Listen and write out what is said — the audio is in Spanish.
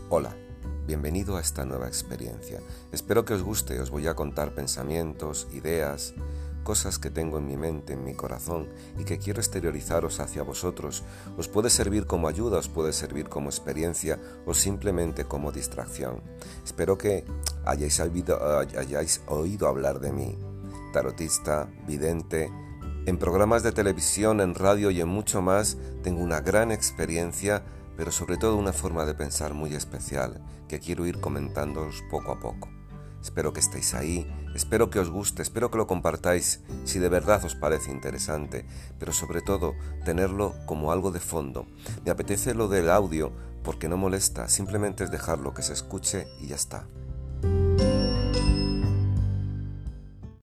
Hola, bienvenido a esta nueva experiencia. Espero que os guste, os voy a contar pensamientos, ideas, cosas que tengo en mi mente, en mi corazón y que quiero exteriorizaros hacia vosotros. Os puede servir como ayuda, os puede servir como experiencia o simplemente como distracción. Espero que hayáis oído hablar de mí, tarotista, vidente. En programas de televisión, en radio y en mucho más tengo una gran experiencia, pero sobre todo una forma de pensar muy especial que quiero ir comentándoos poco a poco. Espero que estéis ahí, espero que os guste, espero que lo compartáis si de verdad os parece interesante, pero sobre todo tenerlo como algo de fondo. Me apetece lo del audio porque no molesta, simplemente es dejarlo que se escuche y ya está.